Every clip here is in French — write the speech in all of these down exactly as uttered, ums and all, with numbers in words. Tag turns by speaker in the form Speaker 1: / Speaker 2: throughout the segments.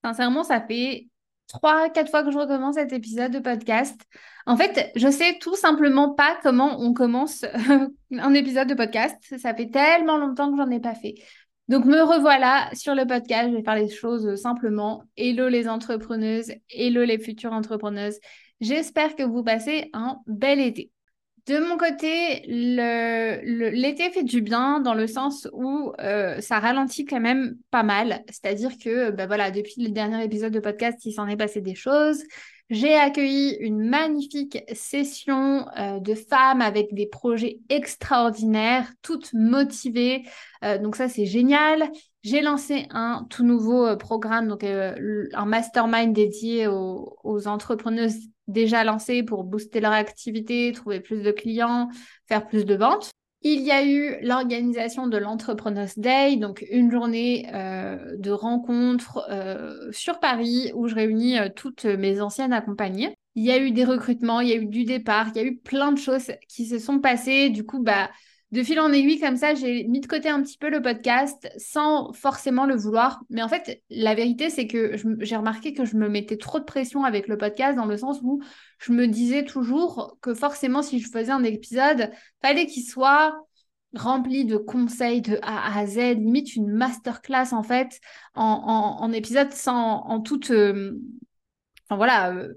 Speaker 1: Sincèrement, ça fait trois, quatre fois que je recommence cet épisode de podcast. En fait, je sais tout simplement pas comment on commence un épisode de podcast. Ça fait tellement longtemps que j'en ai pas fait. Donc, me revoilà sur le podcast. Je vais faire les choses simplement. Hello les entrepreneuses, hello les futures entrepreneuses. J'espère que vous passez un bel été. De mon côté, le, le- l'été fait du bien dans le sens où euh, ça ralentit quand même pas mal. C'est-à-dire que bah voilà, depuis le dernier épisode de podcast, il s'en est passé des choses. J'ai accueilli une magnifique session euh, de femmes avec des projets extraordinaires, toutes motivées. Euh, donc ça, c'est génial. J'ai lancé un tout nouveau euh, programme, donc euh, le- un mastermind dédié aux, aux entrepreneuses déjà lancées pour booster leur activité, trouver plus de clients, faire plus de ventes. Il y a eu l'organisation de l'Entrepreneurs Day, donc une journée euh, de rencontres euh, sur Paris où je réunis euh, toutes mes anciennes accompagnées. Il y a eu des recrutements, il y a eu du départ, il y a eu plein de choses qui se sont passées. Du coup, bah, de fil en aiguille, comme ça, j'ai mis de côté un petit peu le podcast sans forcément le vouloir. Mais en fait, la vérité, c'est que je- j'ai remarqué que je me mettais trop de pression avec le podcast dans le sens où je me disais toujours que forcément, si je faisais un épisode, fallait qu'il soit rempli de conseils de A à Z, limite une masterclass en fait, en, en, en épisode sans, en toute, euh, enfin voilà, euh,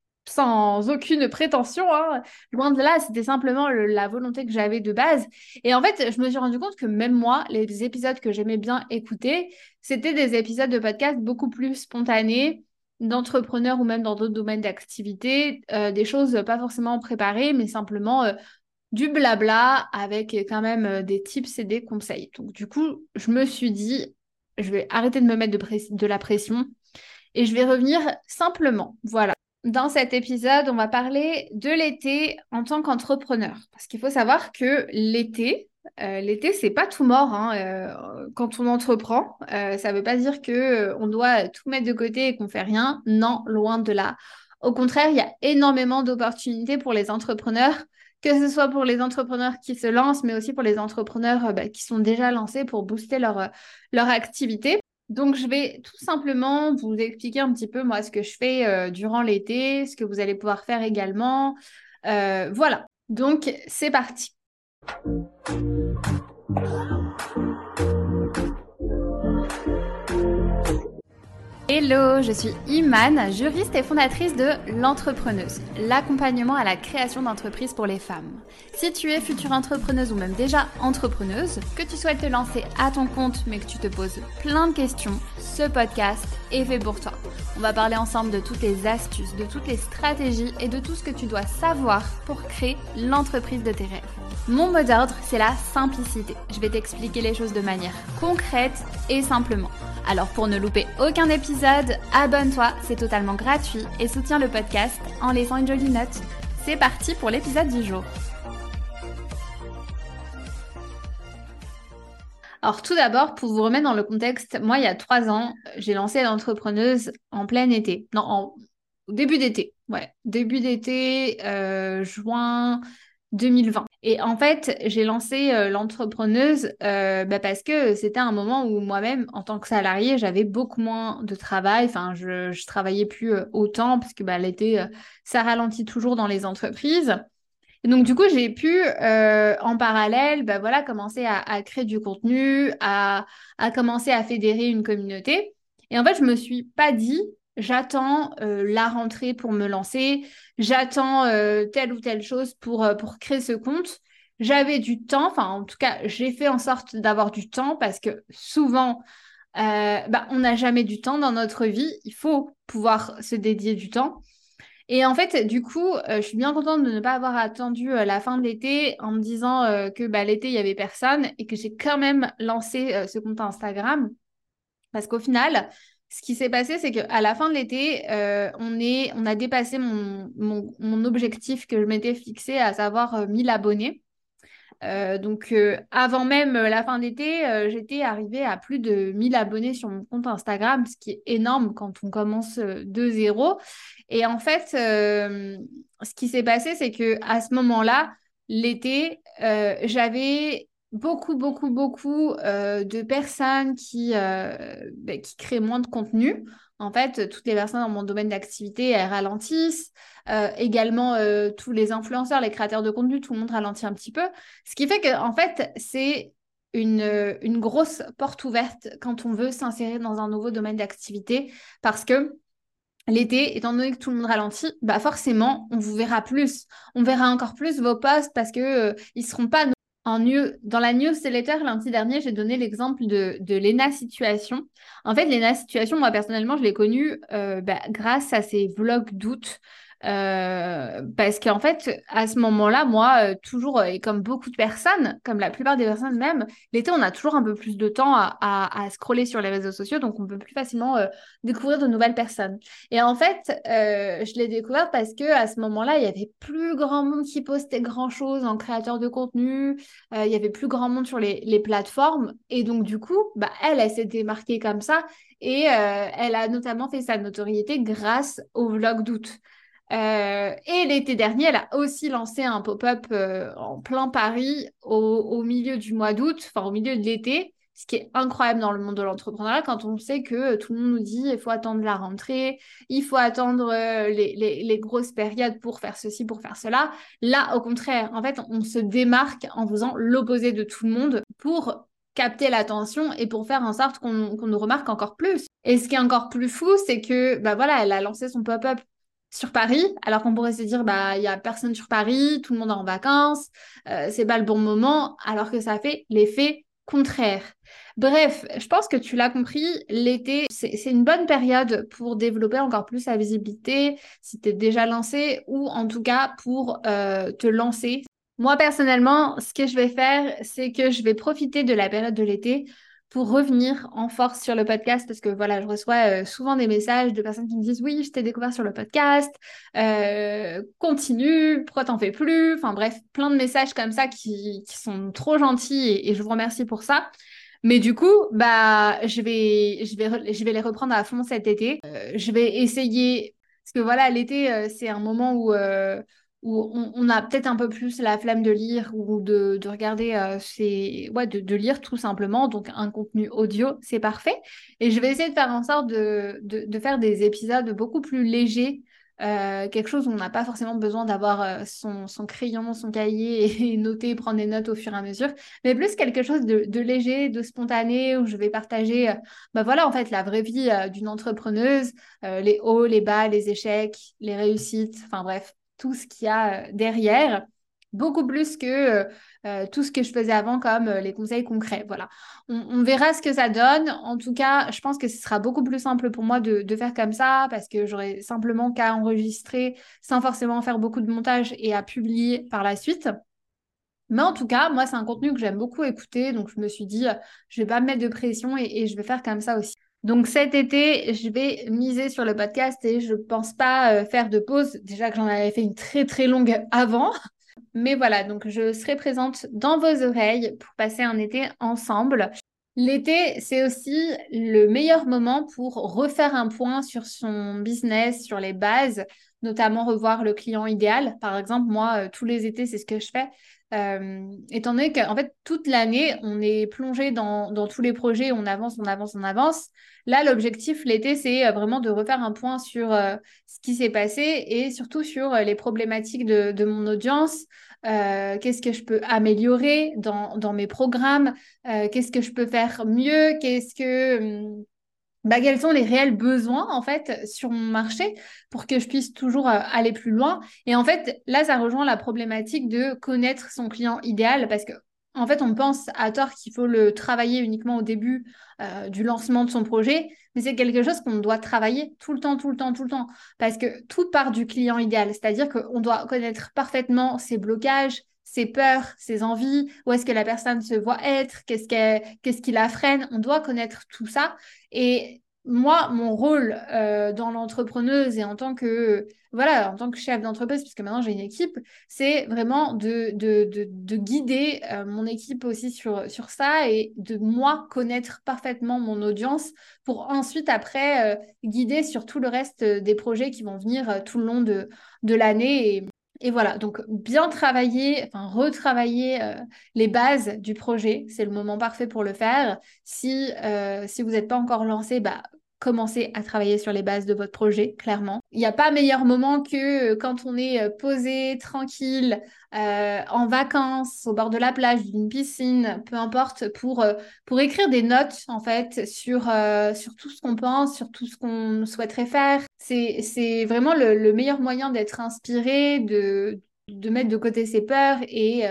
Speaker 1: sans aucune prétention, hein. Loin de là, c'était simplement le- la volonté que j'avais de base. Et en fait, je me suis rendu compte que même moi, les épisodes que j'aimais bien écouter, c'était des épisodes de podcast beaucoup plus spontanés, d'entrepreneurs ou même dans d'autres domaines d'activité, euh, des choses pas forcément préparées, mais simplement euh, du blabla avec quand même euh, des tips et des conseils. Donc du coup, je me suis dit, je vais arrêter de me mettre de, press- de la pression et je vais revenir simplement. Voilà. Dans cet épisode, on va parler de l'été en tant qu'entrepreneur. Parce qu'il faut savoir que l'été, euh, l'été, c'est pas tout mort, hein, euh, quand on entreprend. Euh, ça veut pas dire que euh, on doit tout mettre de côté et qu'on fait rien. Non, loin de là. Au contraire, il y a énormément d'opportunités pour les entrepreneurs, que ce soit pour les entrepreneurs qui se lancent, mais aussi pour les entrepreneurs euh, bah, qui sont déjà lancés pour booster leur, euh, leur activité. Donc, je vais tout simplement vous expliquer un petit peu, moi, ce que je fais euh, durant l'été, ce que vous allez pouvoir faire également. Euh, voilà. Donc, c'est parti. Hello, je suis Imane, juriste et fondatrice de L'Entrepreneuse, l'accompagnement à la création d'entreprises pour les femmes. Si tu es future entrepreneuse ou même déjà entrepreneuse, que tu souhaites te lancer à ton compte mais que tu te poses plein de questions, ce podcast est fait pour toi. On va parler ensemble de toutes les astuces, de toutes les stratégies et de tout ce que tu dois savoir pour créer l'entreprise de tes rêves. Mon mot d'ordre, c'est la simplicité. Je vais t'expliquer les choses de manière concrète et simplement. Alors pour ne louper aucun épisode, abonne-toi, c'est totalement gratuit et soutiens le podcast en laissant une jolie note. C'est parti pour l'épisode du jour. Alors tout d'abord, pour vous remettre dans le contexte, moi il y a trois ans, j'ai lancé l'entrepreneuse en plein été. Non, en au début d'été. Ouais, début d'été, euh, juin deux mille vingt. Et en fait, j'ai lancé euh, l'entrepreneuse euh, bah, parce que c'était un moment où moi-même, en tant que salariée, j'avais beaucoup moins de travail. Enfin, je, je travaillais plus euh, autant parce que bah, l'été, euh, ça ralentit toujours dans les entreprises. Et donc, du coup, j'ai pu, euh, en parallèle, bah, voilà, commencer à, à créer du contenu, à, à commencer à fédérer une communauté. Et en fait, je me suis pas dit, j'attends euh, la rentrée pour me lancer, j'attends euh, telle ou telle chose pour, euh, pour créer ce compte. J'avais du temps, enfin, en tout cas, j'ai fait en sorte d'avoir du temps parce que souvent, euh, bah, on n'a jamais du temps dans notre vie. Il faut pouvoir se dédier du temps. Et en fait, du coup, euh, je suis bien contente de ne pas avoir attendu euh, la fin de l'été en me disant euh, que bah, l'été, il y avait personne et que j'ai quand même lancé euh, ce compte Instagram. Parce qu'au final, ce qui s'est passé, c'est qu'à la fin de l'été, euh, on est, on a dépassé mon, mon, mon objectif que je m'étais fixé, à savoir euh, mille abonnés. Euh, donc, euh, avant même euh, la fin d'été, euh, j'étais arrivée à plus de mille abonnés sur mon compte Instagram, ce qui est énorme quand on commence euh, de zéro. Et en fait, euh, ce qui s'est passé, c'est que à ce moment-là, l'été, euh, j'avais beaucoup, beaucoup, beaucoup euh, de personnes qui, euh, ben, qui créent moins de contenu. En fait, toutes les personnes dans mon domaine d'activité, elles ralentissent. Euh, également, euh, tous les influenceurs, les créateurs de contenu, tout le monde ralentit un petit peu. Ce qui fait que, en fait, c'est une, euh, une grosse porte ouverte quand on veut s'insérer dans un nouveau domaine d'activité parce que l'été, étant donné que tout le monde ralentit, bah forcément, on vous verra plus. On verra encore plus vos posts parce que euh, ils seront pas en news. Dans la newsletter lundi dernier, j'ai donné l'exemple de, de Lena Situation. En fait, Lena Situation, moi personnellement, je l'ai connue euh, bah, grâce à ses vlogs d'août. Euh, parce qu'en fait, à ce moment-là, moi, euh, toujours, euh, et comme beaucoup de personnes, comme la plupart des personnes même, l'été, on a toujours un peu plus de temps à, à, à scroller sur les réseaux sociaux, donc on peut plus facilement euh, découvrir de nouvelles personnes. Et en fait, euh, je l'ai découvert parce que à ce moment-là, il y avait plus grand monde qui postait grand-chose en créateur de contenu. Euh, il y avait plus grand monde sur les, les plateformes. Et donc, du coup, bah, elle, elle s'est démarquée comme ça. Et euh, elle a notamment fait sa notoriété grâce au vlog d'août. Euh, et l'été dernier, elle a aussi lancé un pop-up euh, en plein Paris au, au milieu du mois d'août, enfin au milieu de l'été, ce qui est incroyable dans le monde de l'entrepreneuriat quand on sait que euh, tout le monde nous dit il faut attendre la rentrée, il faut attendre euh, les, les, les grosses périodes pour faire ceci, pour faire cela. Là, au contraire, en fait, on se démarque en faisant l'opposé de tout le monde pour capter l'attention et pour faire en sorte qu'on qu'on nous remarque encore plus. Et ce qui est encore plus fou, c'est que bah voilà, elle a lancé son pop-up sur Paris, alors qu'on pourrait se dire, bah, il y a personne sur Paris, tout le monde est en vacances, euh, c'est pas le bon moment, alors que ça fait l'effet contraire. Bref, je pense que tu l'as compris, l'été, c'est, c'est une bonne période pour développer encore plus sa visibilité, si tu es déjà lancé, ou en tout cas pour euh, te lancer. Moi, personnellement, ce que je vais faire, c'est que je vais profiter de la période de l'été pour revenir en force sur le podcast parce que voilà, je reçois euh, souvent des messages de personnes qui me disent oui, je t'ai découvert sur le podcast, euh, continue, pourquoi t'en fais plus? Enfin bref, plein de messages comme ça qui, qui sont trop gentils et, et je vous remercie pour ça. Mais du coup, bah, je vais, je vais, re- je vais les reprendre à fond cet été. Euh, je vais essayer, parce que voilà, l'été, euh, c'est un moment où, euh, où on, on a peut-être un peu plus la flemme de lire ou de, de regarder, euh, ces- ouais, de, de lire tout simplement. Donc, un contenu audio, c'est parfait. Et je vais essayer de faire en sorte de, de, de faire des épisodes beaucoup plus légers. Euh, quelque chose où on n'a pas forcément besoin d'avoir euh, son, son crayon, son cahier et noter, prendre des notes au fur et à mesure mais plus quelque chose de, de léger, de spontané, où je vais partager, euh, bah voilà, en fait, la vraie vie euh, d'une entrepreneuse, euh, les hauts, les bas, les échecs, les réussites, enfin bref, tout ce qu'il y a euh, derrière, beaucoup plus que euh, euh, tout ce que je faisais avant comme euh, les conseils concrets. Voilà. On, on verra ce que ça donne. En tout cas, je pense que ce sera beaucoup plus simple pour moi de, de faire comme ça parce que j'aurai simplement qu'à enregistrer sans forcément faire beaucoup de montage et à publier par la suite. Mais en tout cas, moi, c'est un contenu que j'aime beaucoup écouter, donc je me suis dit, euh, je vais pas me mettre de pression et, et je vais faire comme ça aussi. Donc cet été, je vais miser sur le podcast et je pense pas euh, faire de pause. Déjà que j'en avais fait une très très longue avant. Mais voilà, donc je serai présente dans vos oreilles pour passer un été ensemble. L'été, c'est aussi le meilleur moment pour refaire un point sur son business, sur les bases, notamment revoir le client idéal. Par exemple, moi, euh, tous les étés, c'est ce que je fais. Euh, étant donné qu'en fait, toute l'année, on est plongé dans, dans tous les projets, on avance, on avance, on avance. Là, l'objectif, l'été, c'est euh, vraiment de refaire un point sur euh, ce qui s'est passé et surtout sur euh, les problématiques de, de mon audience. Euh, qu'est-ce que je peux améliorer dans, dans mes programmes? Euh, qu'est-ce que je peux faire mieux? Qu'est-ce que, hum, bah, quels sont les réels besoins en fait sur mon marché pour que je puisse toujours euh, aller plus loin? Et en fait, là, ça rejoint la problématique de connaître son client idéal parce que en fait, on pense à tort qu'il faut le travailler uniquement au début euh, du lancement de son projet, mais c'est quelque chose qu'on doit travailler tout le temps, tout le temps, tout le temps, parce que tout part du client idéal, c'est-à-dire qu'on doit connaître parfaitement ses blocages, ses peurs, ses envies, où est-ce que la personne se voit être, qu'est-ce qu'elle- qu'est-ce qui la freine, on doit connaître tout ça. Et moi, mon rôle euh, dans l'entrepreneuse et en tant que, voilà, en tant que chef d'entreprise, puisque maintenant j'ai une équipe, c'est vraiment de, de, de, de guider euh, mon équipe aussi sur, sur ça et de moi connaître parfaitement mon audience pour ensuite après euh, guider sur tout le reste des projets qui vont venir euh, tout le long de, de l'année Et voilà, donc bien travailler, enfin retravailler euh, les bases du projet, c'est le moment parfait pour le faire. Si, euh, si vous n'êtes pas encore lancé, bah, commencez à travailler sur les bases de votre projet, clairement. Il n'y a pas meilleur moment que euh, quand on est euh, posé, tranquille, euh, en vacances, au bord de la plage, d'une piscine, peu importe, pour, euh, pour écrire des notes, en fait, sur, euh, sur tout ce qu'on pense, sur tout ce qu'on souhaiterait faire. C'est, c'est vraiment le, le meilleur moyen d'être inspiré, de, de mettre de côté ses peurs et euh,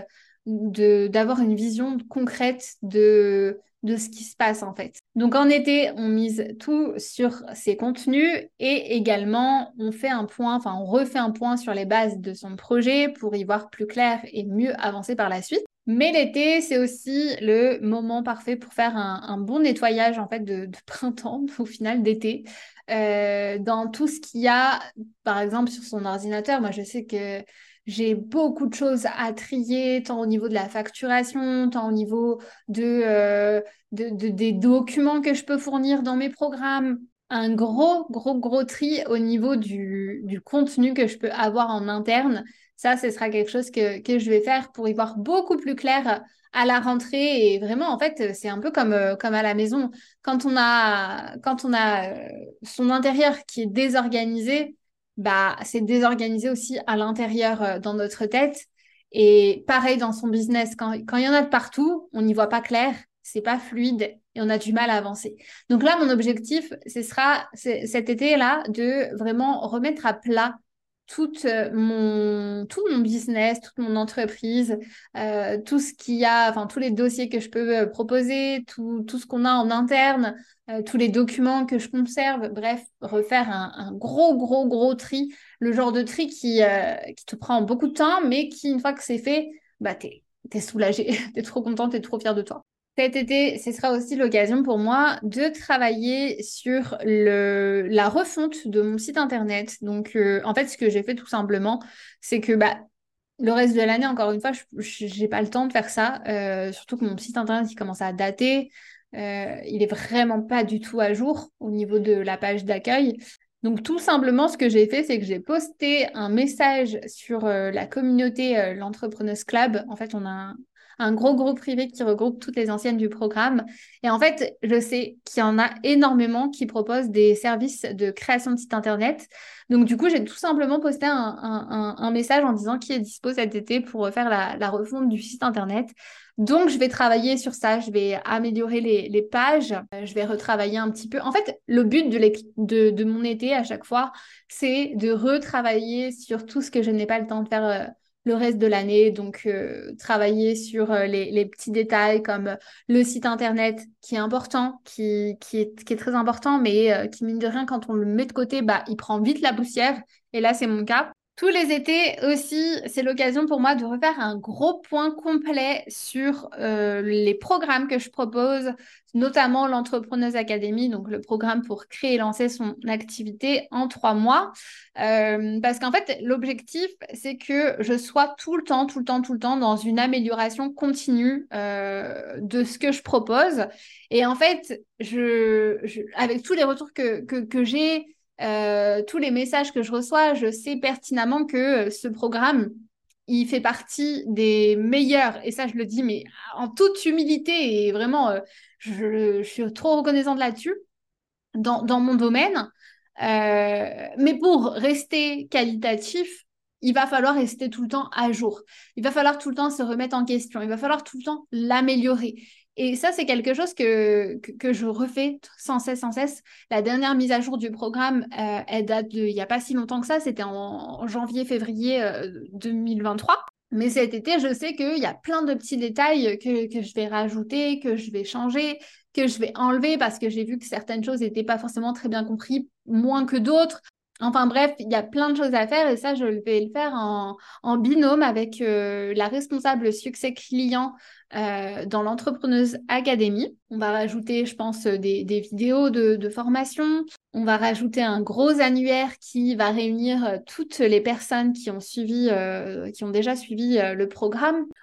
Speaker 1: de, d'avoir une vision concrète de, de ce qui se passe, en fait. Donc, en été, on mise tout sur ses contenus et également, on fait un point, enfin, on refait un point sur les bases de son projet pour y voir plus clair et mieux avancer par la suite. Mais l'été, c'est aussi le moment parfait pour faire un, un bon nettoyage en fait de, de printemps, au final d'été, euh, dans tout ce qu'il y a, par exemple sur son ordinateur. Moi, je sais que j'ai beaucoup de choses à trier, tant au niveau de la facturation, tant au niveau de, euh, de, de- des documents que je peux fournir dans mes programmes. Un gros, gros, gros tri au niveau du, du contenu que je peux avoir en interne. Ça, ce sera quelque chose que, que je vais faire pour y voir beaucoup plus clair à la rentrée. Et vraiment, en fait, c'est un peu comme, euh, comme à la maison. Quand on a, quand on a euh, son intérieur qui est désorganisé, bah, c'est désorganisé aussi à l'intérieur, euh, dans notre tête. Et pareil dans son business, quand, quand il y en a de partout, on n'y voit pas clair, c'est pas fluide et on a du mal à avancer. Donc là, mon objectif, ce sera c'est- cet été-là de vraiment remettre à plat toute euh, mon, tout mon business, toute mon entreprise, euh, tout ce qu'il y a, enfin tous les dossiers que je peux euh, proposer, tout, tout ce qu'on a en interne, euh, tous les documents que je conserve, bref, refaire un, un gros, gros, gros tri, le genre de tri qui, euh, qui te prend beaucoup de temps, mais qui, une fois que c'est fait, bah, t'es, t'es soulagé, t'es trop contente, t'es trop fière de toi. Cet été, ce sera aussi l'occasion pour moi de travailler sur le, la refonte de mon site internet. Donc, euh, en fait, ce que j'ai fait tout simplement, c'est que bah, le reste de l'année, encore une fois, je n'ai pas le temps de faire ça. Euh, surtout que mon site internet, il commence à dater. Euh, il est vraiment pas du tout à jour au niveau de la page d'accueil. Donc, tout simplement, ce que j'ai fait, c'est que j'ai posté un message sur euh, la communauté, euh, l'Entrepreneuse Club. En fait, on a un, un gros groupe privé qui regroupe toutes les anciennes du programme. Et en fait, je sais qu'il y en a énormément qui proposent des services de création de site internet. Donc, du coup, j'ai tout simplement posté un, un- un- un message en disant qui est dispo cet été pour faire la, la refonte du site internet. Donc, je vais travailler sur ça, je vais améliorer les, les pages, euh, je vais retravailler un petit peu. En fait, le but de, l'éc- de, de mon été à chaque fois, c'est de retravailler sur tout ce que je n'ai pas le temps de faire euh, le reste de l'année. Donc, euh, travailler sur euh, les, les petits détails comme euh, le site internet qui est important, qui, qui est, qui est très important, mais euh, qui, mine de rien, quand on le met de côté, bah, il prend vite la poussière. Et là, c'est mon cas. Tous les étés aussi, c'est l'occasion pour moi de refaire un gros point complet sur euh, les programmes que je propose, notamment l'Entrepreneuse Academy, donc le programme pour créer et lancer son activité en trois mois. Euh, parce qu'en fait, l'objectif, c'est que je sois tout le temps, tout le temps, tout le temps dans une amélioration continue euh, de ce que je propose. Et en fait, je, je- avec tous les retours que, que, que j'ai, euh, tous les messages que je reçois, je sais pertinemment que euh, ce programme, il fait partie des meilleurs. Et ça, je le dis, mais en toute humilité et vraiment, euh, je, je suis trop reconnaissante là-dessus, dans, dans mon domaine. Euh, mais pour rester qualitatif, il va falloir rester tout le temps à jour. Il va falloir tout le temps se remettre en question. Il va falloir tout le temps l'améliorer. Et ça, c'est quelque chose que, que, que je refais sans cesse, sans cesse. La dernière mise à jour du programme, euh, elle date de, il n'y a pas si longtemps que ça. C'était en, en janvier-février euh, deux mille vingt-trois. Mais cet été, je sais qu'il y a plein de petits détails que, que je vais rajouter, que je vais changer, que je vais enlever parce que j'ai vu que certaines choses n'étaient pas forcément très bien comprises, moins que d'autres. Enfin bref, il y a plein de choses à faire et ça, je vais le faire en, en binôme avec euh, la responsable succès client euh, dans l'Entrepreneuse Academy. On va rajouter, je pense, des, des vidéos de, de formation. On va rajouter un gros annuaire qui va réunir euh, toutes les personnes qui ont suivi, euh, qui ont déjà suivi euh, le programme.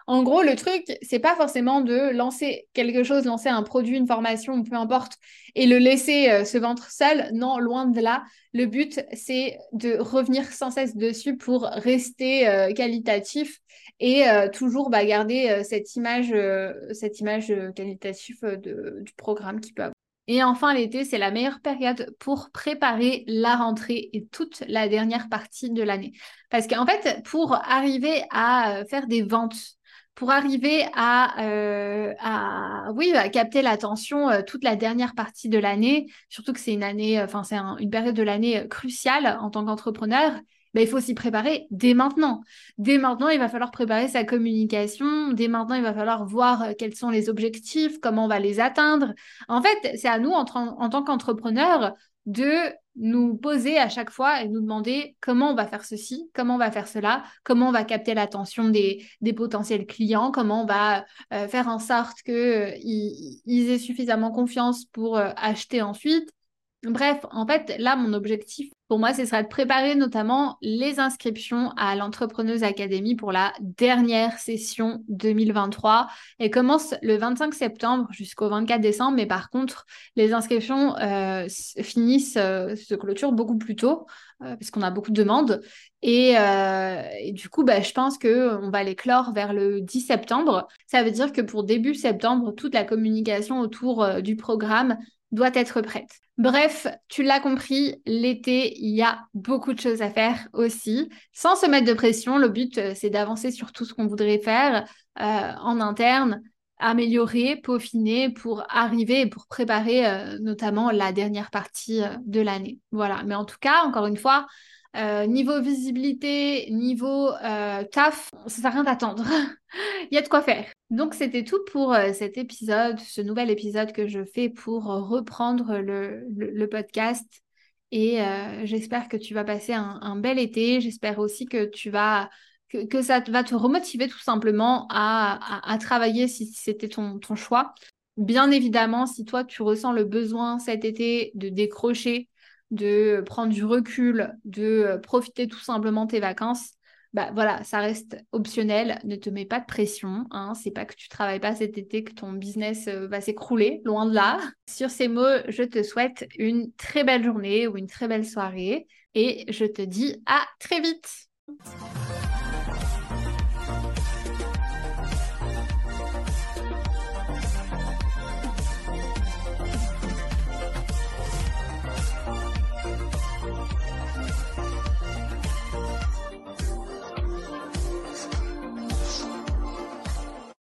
Speaker 1: En gros, le truc, c'est pas forcément de lancer quelque chose, lancer un produit, une formation, peu importe, et le laisser euh, se vendre seul. Non, loin de là. Le but, c'est de revenir sans cesse dessus pour rester euh, qualitatif et euh, toujours bah, garder euh, cette image, euh, cette image euh, qualitative euh, de- du programme qui peut avoir. Et enfin, l'été, c'est la meilleure période pour préparer la rentrée et toute la dernière partie de l'année. Parce qu'en fait, pour arriver à euh, faire des ventes, pour arriver à, euh, à oui, à capter l'attention euh, toute la dernière partie de l'année, surtout que c'est une année, euh, enfin, c'est un- une période de l'année euh, cruciale en tant qu'entrepreneur, ben, il faut s'y préparer dès maintenant. Dès maintenant, il va falloir préparer sa communication. Dès maintenant, il va falloir voir euh, quels sont les objectifs, comment on va les atteindre. En fait, c'est à nous, en, tra- en tant qu'entrepreneurs, de nous poser à chaque fois et nous demander comment on va faire ceci, comment on va faire cela, comment on va capter l'attention des, des potentiels clients, comment on va euh, faire en sorte qu'ils euh, ils ils aient suffisamment confiance pour euh, acheter ensuite. Bref, en fait, là, mon objectif pour moi, ce serait de préparer notamment les inscriptions à l'Entrepreneuse Academy pour la dernière session deux mille vingt-trois. Elle commence le vingt-cinq septembre jusqu'au vingt-quatre décembre, mais par contre, les inscriptions euh, s- finissent, euh, se clôturent beaucoup plus tôt, euh, parce qu'on a beaucoup de demandes. Et, euh, et du coup, bah, je pense qu'on va les clore vers le dix septembre. Ça veut dire que pour début septembre, toute la communication autour euh, du programme doit être prête. Bref, tu l'as compris, l'été, il y a beaucoup de choses à faire aussi. Sans se mettre de pression, le but, euh, c'est d'avancer sur tout ce qu'on voudrait faire euh, en interne, améliorer, peaufiner pour arriver et pour préparer euh, notamment la dernière partie euh, de l'année. Voilà, mais en tout cas, encore une fois, euh, niveau visibilité, niveau euh, taf, ça sert à rien d'attendre. Il y a de quoi faire. Donc, c'était tout pour euh, cet épisode, ce nouvel épisode que je fais pour euh, reprendre le, le- le podcast. Et euh, j'espère que tu vas passer un, un bel été. J'espère aussi que tu vas, que, que ça te- va te remotiver tout simplement à, à- à travailler si c'était ton, ton choix. Bien évidemment, si toi, tu ressens le besoin cet été de décrocher, de prendre du recul, de euh, profiter tout simplement de tes vacances, bah voilà, ça reste optionnel, ne te mets pas de pression, hein. C'est pas que tu travailles pas cet été que ton business euh, va s'écrouler, loin de là. Sur ces mots, je te souhaite une très belle journée ou une très belle soirée et je te dis à très vite.